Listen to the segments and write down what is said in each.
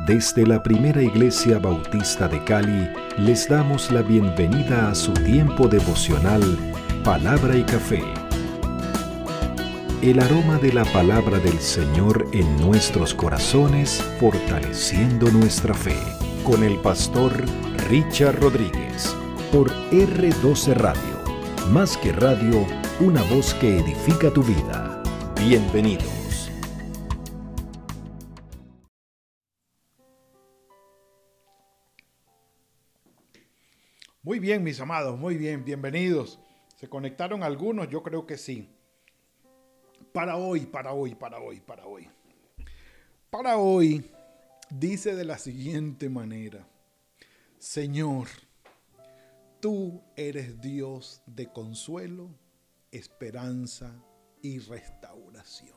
Desde la primera Iglesia Bautista de Cali, les damos la bienvenida a su tiempo devocional Palabra y Café. El aroma de la palabra del Señor en nuestros corazones, fortaleciendo nuestra fe. Con el pastor Richard Rodríguez, por R12 Radio. Más que radio, una voz que edifica tu vida. Bienvenidos. Muy bien, mis amados, muy bien, bienvenidos. ¿Se conectaron algunos? Yo creo que sí. Para hoy, dice de la siguiente manera: Señor, tú eres Dios de consuelo, esperanza y restauración.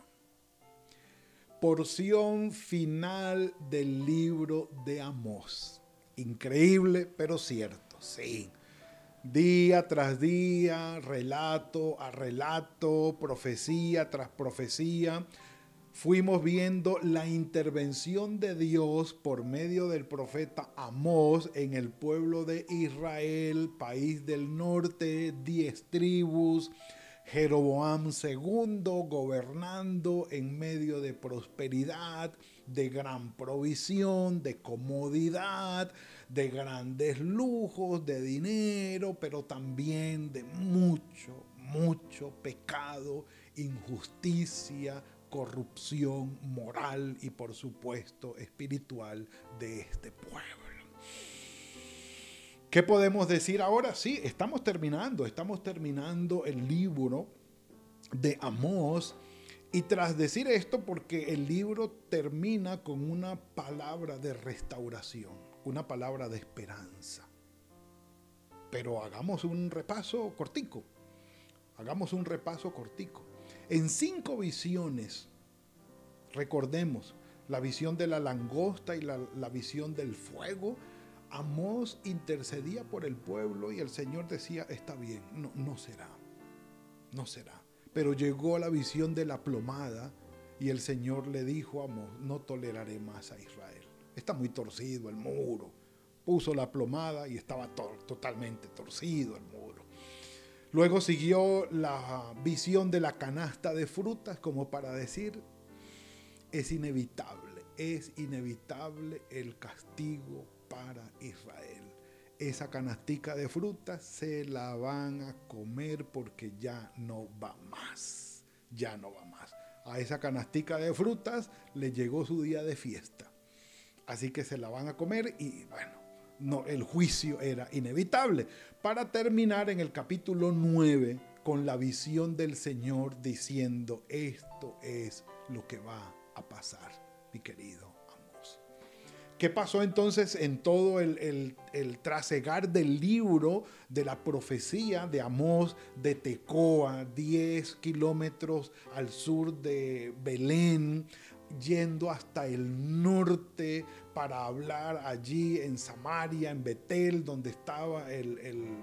Porción final del libro de Amós. Increíble, pero cierto. Sí, día tras día, relato a relato, profecía tras profecía, fuimos viendo la intervención de Dios por medio del profeta Amós en el pueblo de Israel, país del norte, 10 tribus, Jeroboam II gobernando en medio de prosperidad, de gran provisión, de comodidad, de grandes lujos, de dinero, pero también de mucho pecado, injusticia, corrupción moral y por supuesto espiritual de este pueblo. ¿Qué podemos decir ahora? Sí, estamos terminando el libro de Amós. Y tras decir esto, porque el libro termina con una palabra de restauración, una palabra de esperanza. Pero hagamos un repaso cortico. En 5 visiones, recordemos, la visión de la langosta y la visión del fuego, Amós intercedía por el pueblo y el Señor decía, está bien, no será. Pero llegó la visión de la plomada y el Señor le dijo a Amós, no toleraré más a Israel. Está muy torcido el muro. Puso la plomada y estaba totalmente torcido el muro. Luego siguió la visión de la canasta de frutas como para decir, es inevitable el castigo para Israel. Esa canastica de frutas se la van a comer porque ya no va más. A esa canastica de frutas le llegó su día de fiesta. Así que se la van a comer y bueno, el juicio era inevitable. Para terminar en el capítulo 9 con la visión del Señor diciendo, esto es lo que va a pasar, mi querido. ¿Qué pasó entonces en todo el trasegar del libro de la profecía de Amós de Tecoa, 10 kilómetros al sur de Belén, yendo hasta el norte para hablar allí en Samaria, en Betel, donde estaba el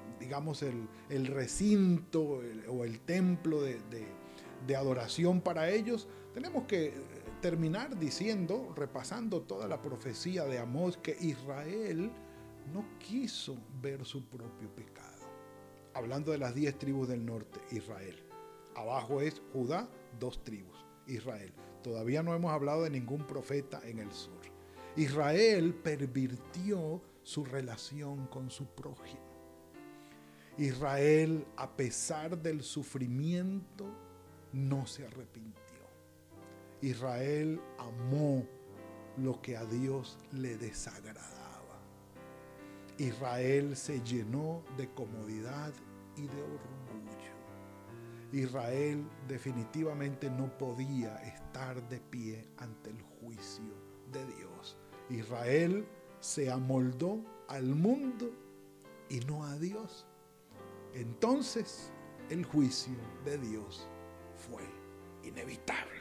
recinto o el templo de adoración para ellos? Tenemos que terminar diciendo, repasando toda la profecía de Amós, que Israel no quiso ver su propio pecado. Hablando de las 10 tribus del norte, Israel. Abajo es Judá, 2 tribus, Israel. Todavía no hemos hablado de ningún profeta en el sur. Israel pervirtió su relación con su prójimo. Israel, a pesar del sufrimiento, no se arrepintió. Israel amó lo que a Dios le desagradaba. Israel se llenó de comodidad y de orgullo. Israel definitivamente no podía estar de pie ante el juicio de Dios. Israel se amoldó al mundo y no a Dios. Entonces el juicio de Dios fue inevitable.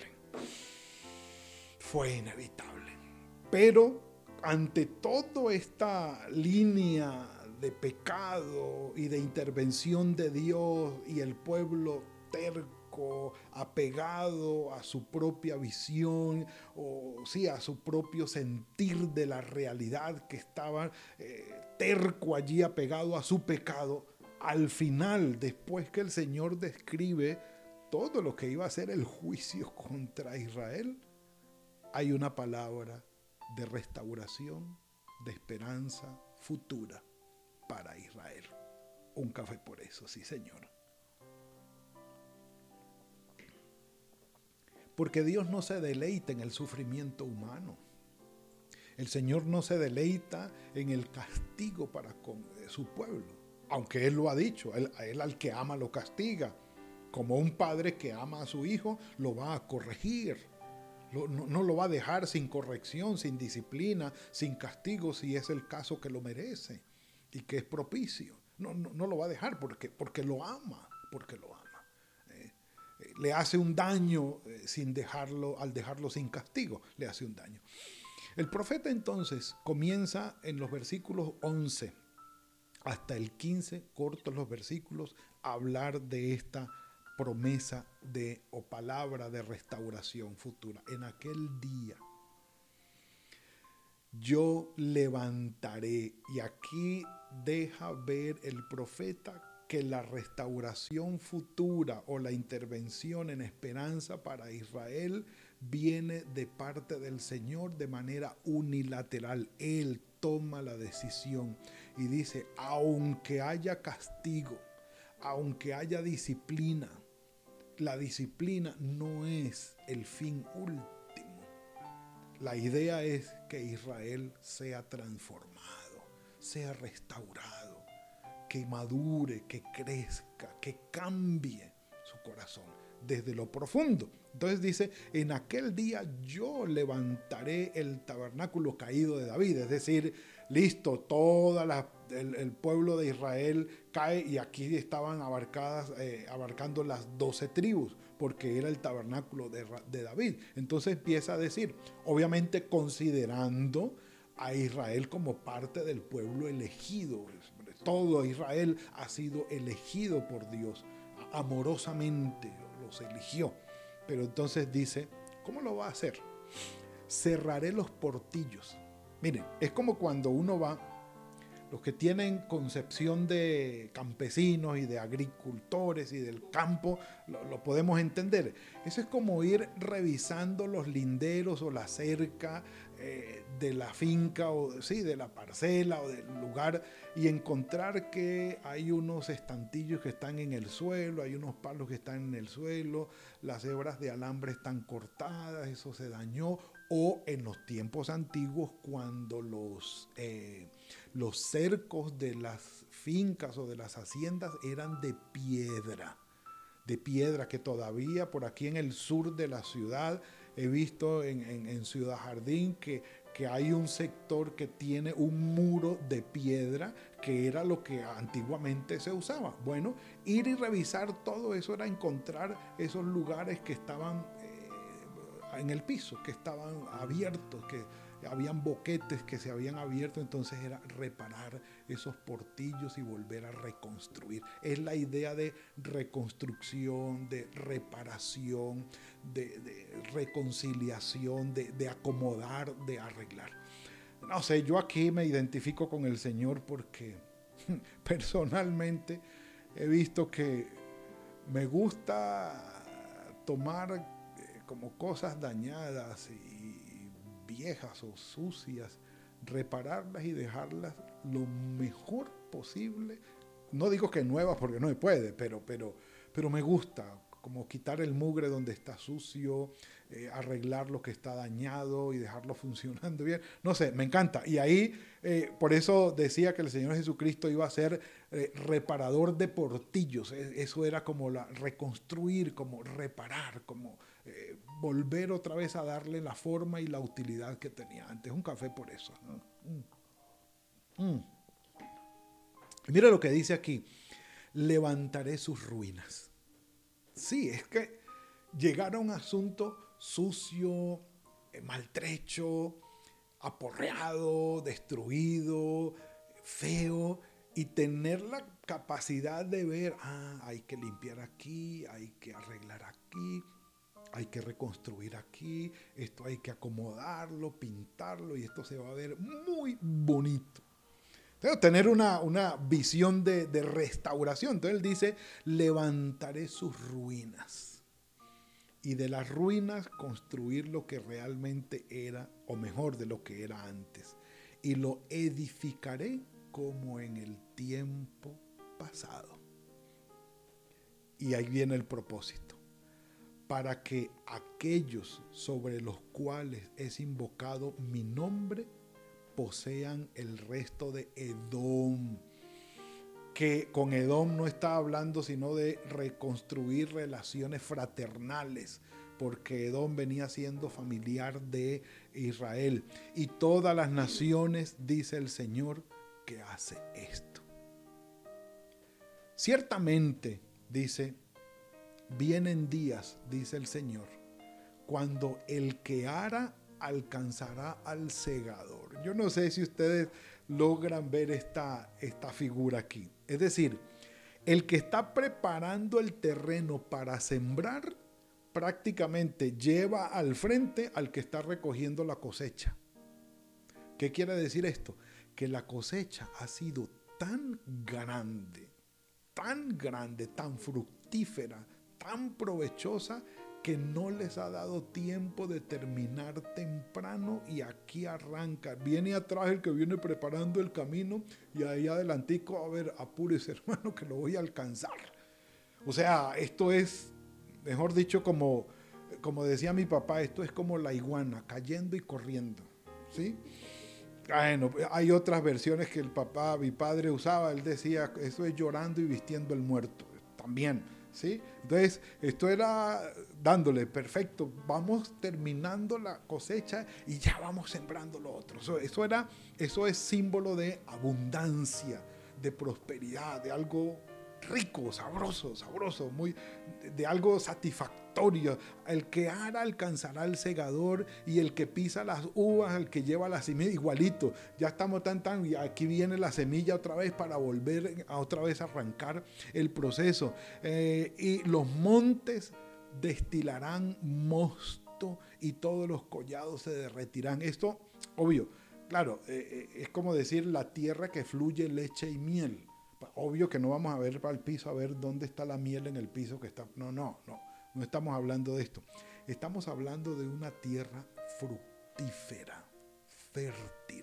Pero ante toda esta línea de pecado y de intervención de Dios y el pueblo terco terco, apegado a su propia visión, o sí, a su propio sentir de la realidad, que estaba terco allí, apegado a su pecado. Al final, después que el Señor describe todo lo que iba a ser el juicio contra Israel, hay una palabra de restauración, de esperanza futura para Israel. Un café por eso, sí, Señor. Porque Dios no se deleita en el sufrimiento humano. El Señor no se deleita en el castigo para con su pueblo. Aunque Él lo ha dicho, a Él al que ama lo castiga. Como un padre que ama a su hijo, lo va a corregir. No lo va a dejar sin corrección, sin disciplina, sin castigo, si es el caso que lo merece y que es propicio. No lo va a dejar porque lo ama, porque lo ama. Le hace un daño al dejarlo sin castigo, le hace un daño. El profeta entonces comienza en los versículos 11 hasta el 15, cortos los versículos, a hablar de esta promesa o palabra de restauración futura. En aquel día yo levantaré, y aquí deja ver el profeta que la restauración futura o la intervención en esperanza para Israel viene de parte del Señor de manera unilateral. Él toma la decisión y dice, aunque haya castigo, aunque haya disciplina, la disciplina no es el fin último. La idea es que Israel sea transformado, sea restaurado, que madure, que crezca, que cambie su corazón desde lo profundo. Entonces dice, en aquel día yo levantaré el tabernáculo caído de David. Es decir, listo, el pueblo de Israel cae, y aquí estaban abarcando las 12 tribus, porque era el tabernáculo de David. Entonces empieza a decir, obviamente considerando a Israel como parte del pueblo elegido. Todo Israel ha sido elegido por Dios, amorosamente los eligió. Pero entonces dice, ¿cómo lo va a hacer? Cerraré los portillos. Miren, es como cuando uno va, los que tienen concepción de campesinos y de agricultores y del campo, lo podemos entender. Eso es como ir revisando los linderos o la cerca de la finca o sí, de la parcela o del lugar, y encontrar que hay unos estantillos que están en el suelo, hay unos palos que están en el suelo, las hebras de alambre están cortadas, eso se dañó. O en los tiempos antiguos, cuando los cercos de las fincas o de las haciendas eran de piedra, que todavía por aquí en el sur de la ciudad he visto en Ciudad Jardín que hay un sector que tiene un muro de piedra, que era lo que antiguamente se usaba. Bueno, ir y revisar todo eso era encontrar esos lugares que estaban en el piso, que estaban abiertos, que habían boquetes que se habían abierto. Entonces era reparar esos portillos y volver a reconstruir. Es la idea de reconstrucción, de reparación, de reconciliación, de acomodar, de arreglar. No sé, yo aquí me identifico con el Señor porque personalmente he visto que me gusta tomar como cosas dañadas y viejas o sucias, repararlas y dejarlas lo mejor posible. No digo que nuevas porque no se puede, pero me gusta como quitar el mugre donde está sucio, arreglar lo que está dañado y dejarlo funcionando bien. No sé, me encanta. Y ahí, por eso decía que el Señor Jesucristo iba a ser reparador de portillos. Eso era como reconstruir, como reparar, como volver otra vez a darle la forma y la utilidad que tenía antes. Un café por eso, ¿no? Mira lo que dice aquí. Levantaré sus ruinas. Sí, es que llegar a un asunto sucio, maltrecho, aporreado, destruido, feo, y tener la capacidad de ver, hay que limpiar aquí, hay que arreglar aquí, hay que reconstruir aquí, esto hay que acomodarlo, pintarlo y esto se va a ver muy bonito. Entonces, tener una visión de restauración. Entonces él dice, levantaré sus ruinas y de las ruinas construir lo que realmente era, o mejor de lo que era antes, y lo edificaré como en el tiempo pasado. Y ahí viene el propósito, para que aquellos sobre los cuales es invocado mi nombre posean el resto de Edom. Que con Edom no está hablando sino de reconstruir relaciones fraternales, porque Edom venía siendo familiar de Israel. Y todas las naciones, dice el Señor, que hace esto. Ciertamente, dice, vienen días, dice el Señor, cuando el que ara alcanzará al segador. Yo no sé si ustedes logran ver esta figura aquí. Es decir, el que está preparando el terreno para sembrar, prácticamente lleva al frente al que está recogiendo la cosecha. ¿Qué quiere decir esto? Que la cosecha ha sido tan grande, tan fructífera, tan provechosa, que no les ha dado tiempo de terminar temprano y aquí arranca. Viene atrás el que viene preparando el camino y ahí adelantico, a ver, apúrese hermano que lo voy a alcanzar. O sea, esto es, mejor dicho, como decía mi papá, esto es como la iguana, cayendo y corriendo, ¿sí? Bueno, hay otras versiones que mi padre usaba, él decía, eso es llorando y vistiendo el muerto, también, ¿sí? Entonces, esto era dándole, perfecto, vamos terminando la cosecha y ya vamos sembrando lo otro. Eso es símbolo de abundancia, de prosperidad, de algo rico, sabroso, de algo satisfactorio. El que ara alcanzará el segador y el que pisa las uvas, el que lleva la semilla, igualito. Ya estamos y aquí viene la semilla otra vez para volver a otra vez arrancar el proceso. Y los montes destilarán mosto y todos los collados se derretirán. Esto, obvio, claro, es como decir la tierra que fluye leche y miel. Obvio que no vamos a ver para el piso, a ver dónde está la miel en el piso que está. No estamos hablando de esto. Estamos hablando de una tierra fructífera, fértil,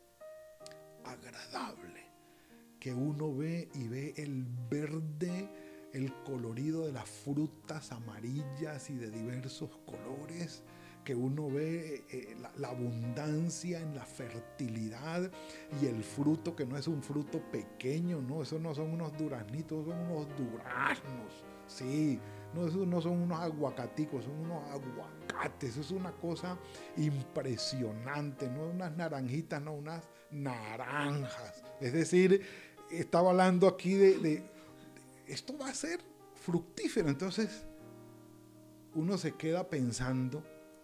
agradable, que uno ve y ve el verde, el colorido de las frutas amarillas y de diversos colores, que uno ve la abundancia en la fertilidad y el fruto, que no es un fruto pequeño, no, esos no son unos duraznitos, son unos duraznos, sí, no, esos no son unos aguacaticos, son unos aguacates, es una cosa impresionante, no unas naranjitas, no, unas naranjas. Es decir, estaba hablando aquí de esto va a ser fructífero. Entonces uno se queda pensando,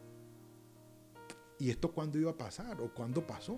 ¿y esto cuándo iba a pasar o cuándo pasó?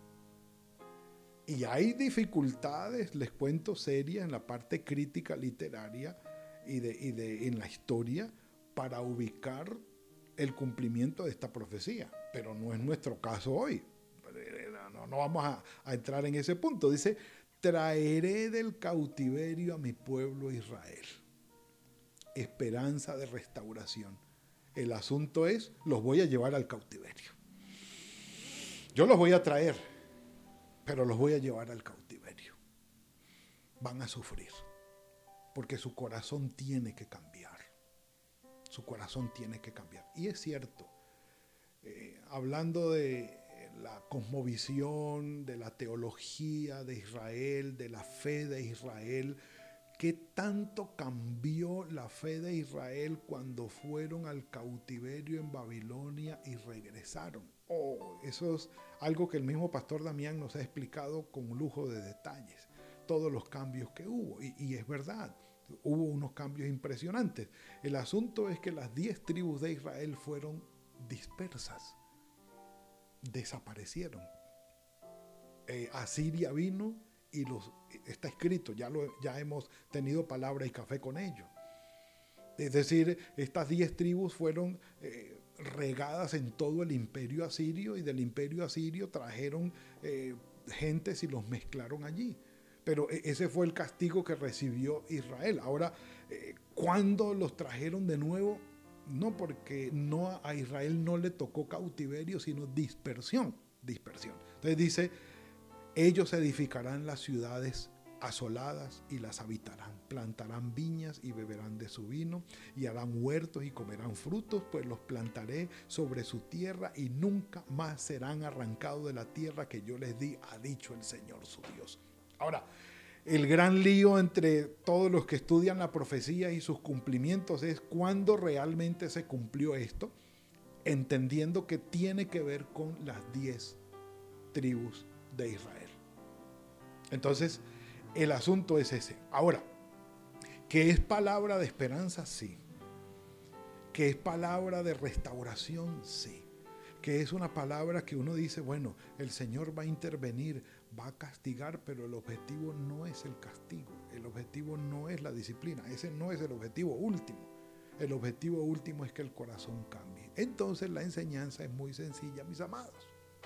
Y hay dificultades, les cuento, serias en la parte crítica literaria y en la historia para ubicar el cumplimiento de esta profecía. Pero no es nuestro caso hoy. No vamos a entrar en ese punto. Dice, traeré del cautiverio a mi pueblo Israel. Esperanza de restauración. El asunto es, los voy a llevar al cautiverio. Yo los voy a traer, pero los voy a llevar al cautiverio. Van a sufrir, porque su corazón tiene que cambiar. Su corazón tiene que cambiar. Y es cierto, hablando de la cosmovisión, de la teología de Israel, de la fe de Israel, ¿qué tanto cambió la fe de Israel cuando fueron al cautiverio en Babilonia y regresaron? Eso es algo que el mismo pastor Damián nos ha explicado con lujo de detalles. Todos los cambios que hubo. Y es verdad, hubo unos cambios impresionantes. El asunto es que las 10 tribus de Israel fueron dispersas. Desaparecieron. Asiria vino y los está escrito, ya hemos tenido palabra y café con ellos. Es decir, estas 10 tribus fueron regadas en todo el imperio asirio, y del imperio asirio trajeron gentes y los mezclaron allí. Pero ese fue el castigo que recibió Israel. Ahora, ¿cuándo los trajeron de nuevo? No, porque a Israel no le tocó cautiverio, sino dispersión. Entonces dice, ellos edificarán las ciudades asoladas y las habitarán, plantarán viñas y beberán de su vino, y harán huertos y comerán frutos, pues los plantaré sobre su tierra y nunca más serán arrancados de la tierra que yo les di, ha dicho el Señor su Dios. Ahora, el gran lío entre todos los que estudian la profecía y sus cumplimientos es cuándo realmente se cumplió esto, entendiendo que tiene que ver con las 10 tribus de Israel. Entonces, el asunto es ese. Ahora, ¿que es palabra de esperanza? Sí. ¿Que es palabra de restauración? Sí. Que es una palabra que uno dice, bueno, el Señor va a intervenir, va a castigar, pero el objetivo no es el castigo, el objetivo no es la disciplina, ese no es el objetivo último. El objetivo último es que el corazón cambie. Entonces la enseñanza es muy sencilla, mis amados.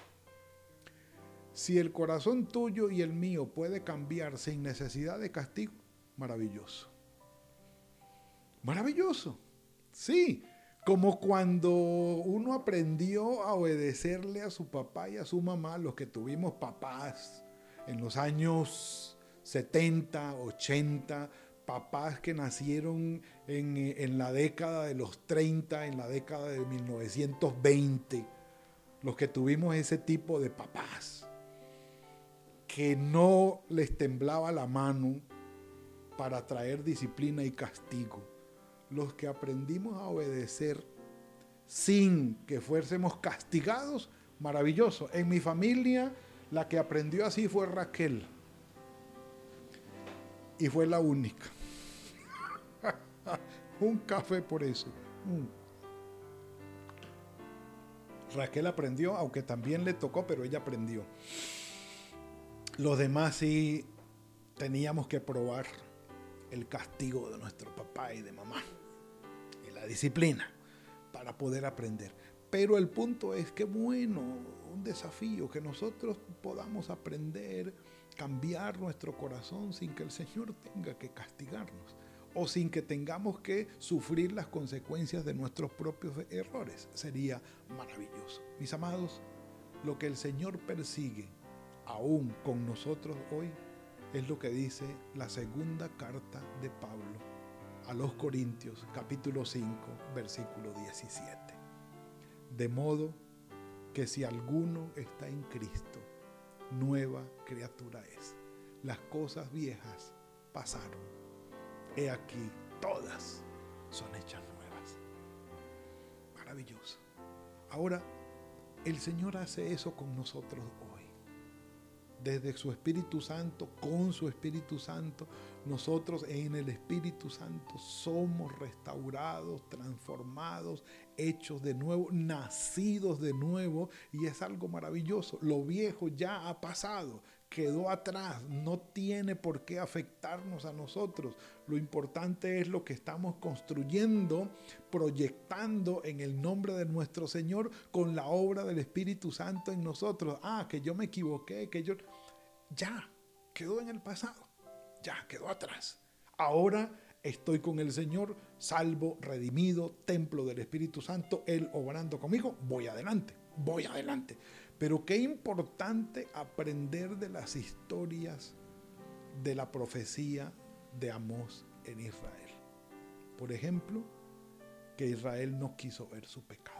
Si el corazón tuyo y el mío puede cambiar sin necesidad de castigo, maravilloso. Maravilloso. Sí, como cuando uno aprendió a obedecerle a su papá y a su mamá, los que tuvimos papás en los años 70, 80, papás que nacieron en la década de los 30, en la década de 1920, los que tuvimos ese tipo de papás, que no les temblaba la mano para traer disciplina y castigo. Los que aprendimos a obedecer sin que fuésemos castigados, maravilloso. En mi familia, la que aprendió así fue Raquel. Y fue la única. Un café por eso. Raquel aprendió, aunque también le tocó, pero ella aprendió. Los demás sí teníamos que probar el castigo de nuestro papá y de mamá y la disciplina para poder aprender. Pero el punto es que bueno, un desafío, que nosotros podamos aprender, cambiar nuestro corazón sin que el Señor tenga que castigarnos o sin que tengamos que sufrir las consecuencias de nuestros propios errores. Sería maravilloso. Mis amados, lo que el Señor persigue aún con nosotros hoy es lo que dice la segunda carta de Pablo a los Corintios, capítulo 5, versículo 17. De modo que si alguno está en Cristo, nueva criatura es. Las cosas viejas pasaron. He aquí, todas son hechas nuevas. Maravilloso. Ahora, el Señor hace eso con nosotros hoy. Desde su Espíritu Santo, con su Espíritu Santo, nosotros en el Espíritu Santo somos restaurados, transformados, hechos de nuevo, nacidos de nuevo, y es algo maravilloso. Lo viejo ya ha pasado, quedó atrás, no tiene por qué afectarnos a nosotros. Lo importante es lo que estamos construyendo, proyectando en el nombre de nuestro Señor con la obra del Espíritu Santo en nosotros. Que yo me equivoqué, ya quedó en el pasado, ya quedó atrás. Ahora estoy con el Señor, salvo, redimido, templo del Espíritu Santo, Él obrando conmigo, voy adelante. Pero qué importante aprender de las historias de la profecía de Amós en Israel. Por ejemplo, que Israel no quiso ver su pecado.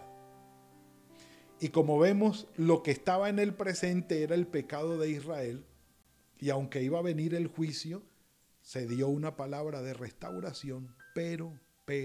Y como vemos, lo que estaba en el presente era el pecado de Israel, y aunque iba a venir el juicio, se dio una palabra de restauración, pero,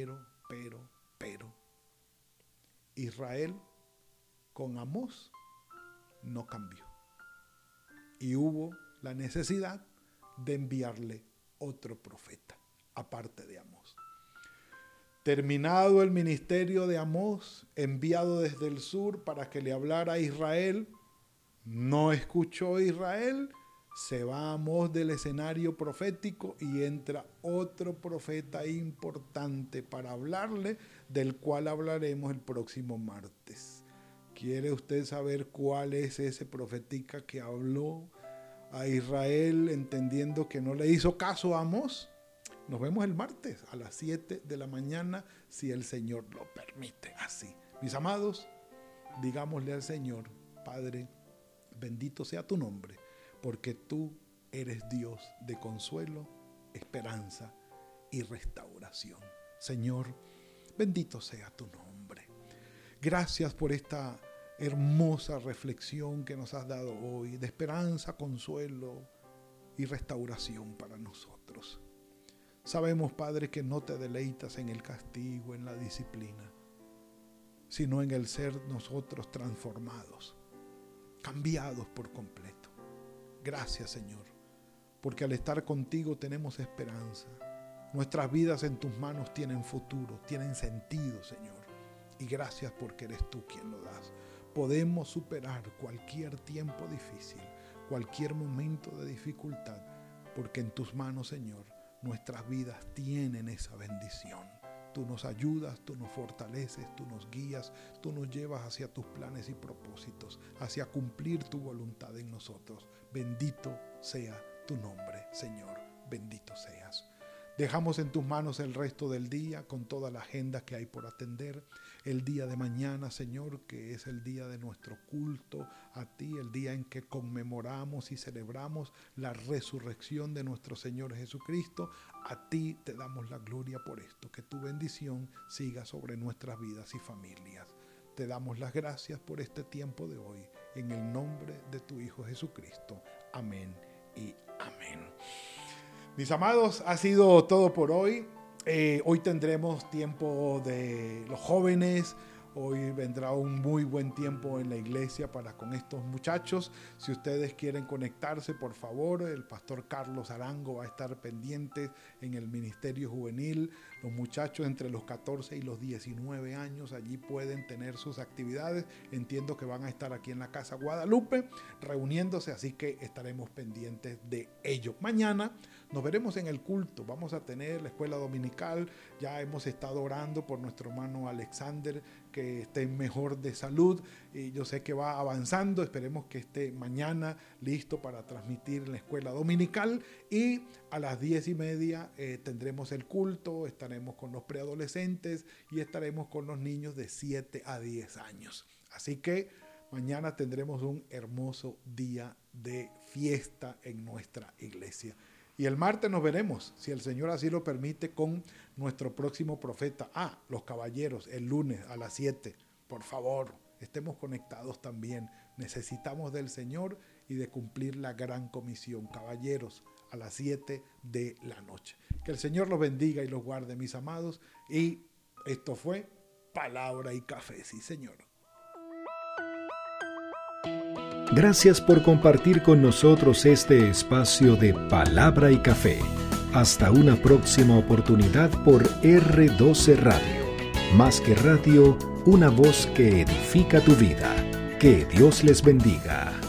Israel con Amós no cambió. Y hubo la necesidad de enviarle otro profeta, aparte de Amós. Terminado el ministerio de Amós, enviado desde el sur para que le hablara a Israel, no escuchó Israel, Se va Amós del escenario profético y entra otro profeta importante para hablarle, del cual hablaremos el próximo martes. ¿Quiere usted saber cuál es ese profeta que habló a Israel entendiendo que no le hizo caso a Amós? Nos vemos el martes a las 7 de la mañana, si el Señor lo permite. Así, mis amados, digámosle al Señor: Padre, bendito sea tu nombre, porque tú eres Dios de consuelo, esperanza y restauración. Señor, bendito sea tu nombre. Gracias por esta hermosa reflexión que nos has dado hoy, de esperanza, consuelo y restauración para nosotros. Sabemos, Padre, que no te deleitas en el castigo, en la disciplina, sino en el ser nosotros transformados, cambiados por completo. Gracias, Señor, porque al estar contigo tenemos esperanza. Nuestras vidas en tus manos tienen futuro, tienen sentido, Señor. Y gracias porque eres tú quien lo das. Podemos superar cualquier tiempo difícil, cualquier momento de dificultad, porque en tus manos, Señor, nuestras vidas tienen esa bendición. Tú nos ayudas, tú nos fortaleces, tú nos guías, tú nos llevas hacia tus planes y propósitos, hacia cumplir tu voluntad en nosotros. Bendito sea tu nombre, Señor, bendito seas. Dejamos en tus manos el resto del día con toda la agenda que hay por atender. El día de mañana, Señor, que es el día de nuestro culto a ti, el día en que conmemoramos y celebramos la resurrección de nuestro Señor Jesucristo. A ti te damos la gloria por esto, que tu bendición siga sobre nuestras vidas y familias. Te damos las gracias por este tiempo de hoy, en el nombre de tu Hijo Jesucristo. Amén y amén. Mis amados, ha sido todo por hoy. Hoy tendremos tiempo de los jóvenes. Hoy vendrá un muy buen tiempo en la iglesia para con estos muchachos. Si ustedes quieren conectarse, por favor, el pastor Carlos Arango va a estar pendiente en el ministerio juvenil. Los muchachos entre los 14 y los 19 años allí pueden tener sus actividades. Entiendo que van a estar aquí en la Casa Guadalupe reuniéndose, así que estaremos pendientes de ello. Mañana nos veremos en el culto. Vamos a tener la escuela dominical. Ya hemos estado orando por nuestro hermano Alexander, que esté mejor de salud, y yo sé que va avanzando. Esperemos que esté mañana listo para transmitir en la escuela dominical, y a las 10:30 tendremos el culto. Estaremos con los preadolescentes y estaremos con los niños de 7 a 10 años. Así que mañana tendremos un hermoso día de fiesta en nuestra iglesia. Y el martes nos veremos, si el Señor así lo permite, con nuestro próximo profeta. Los caballeros, el lunes a las 7. Por favor, estemos conectados también. Necesitamos del Señor y de cumplir la gran comisión. Caballeros, a las 7 de la noche. Que el Señor los bendiga y los guarde, mis amados. Y esto fue Palabra y Café. Sí, Señor. Gracias por compartir con nosotros este espacio de Palabra y Café. Hasta una próxima oportunidad por R12 Radio. Más que radio, una voz que edifica tu vida. Que Dios les bendiga.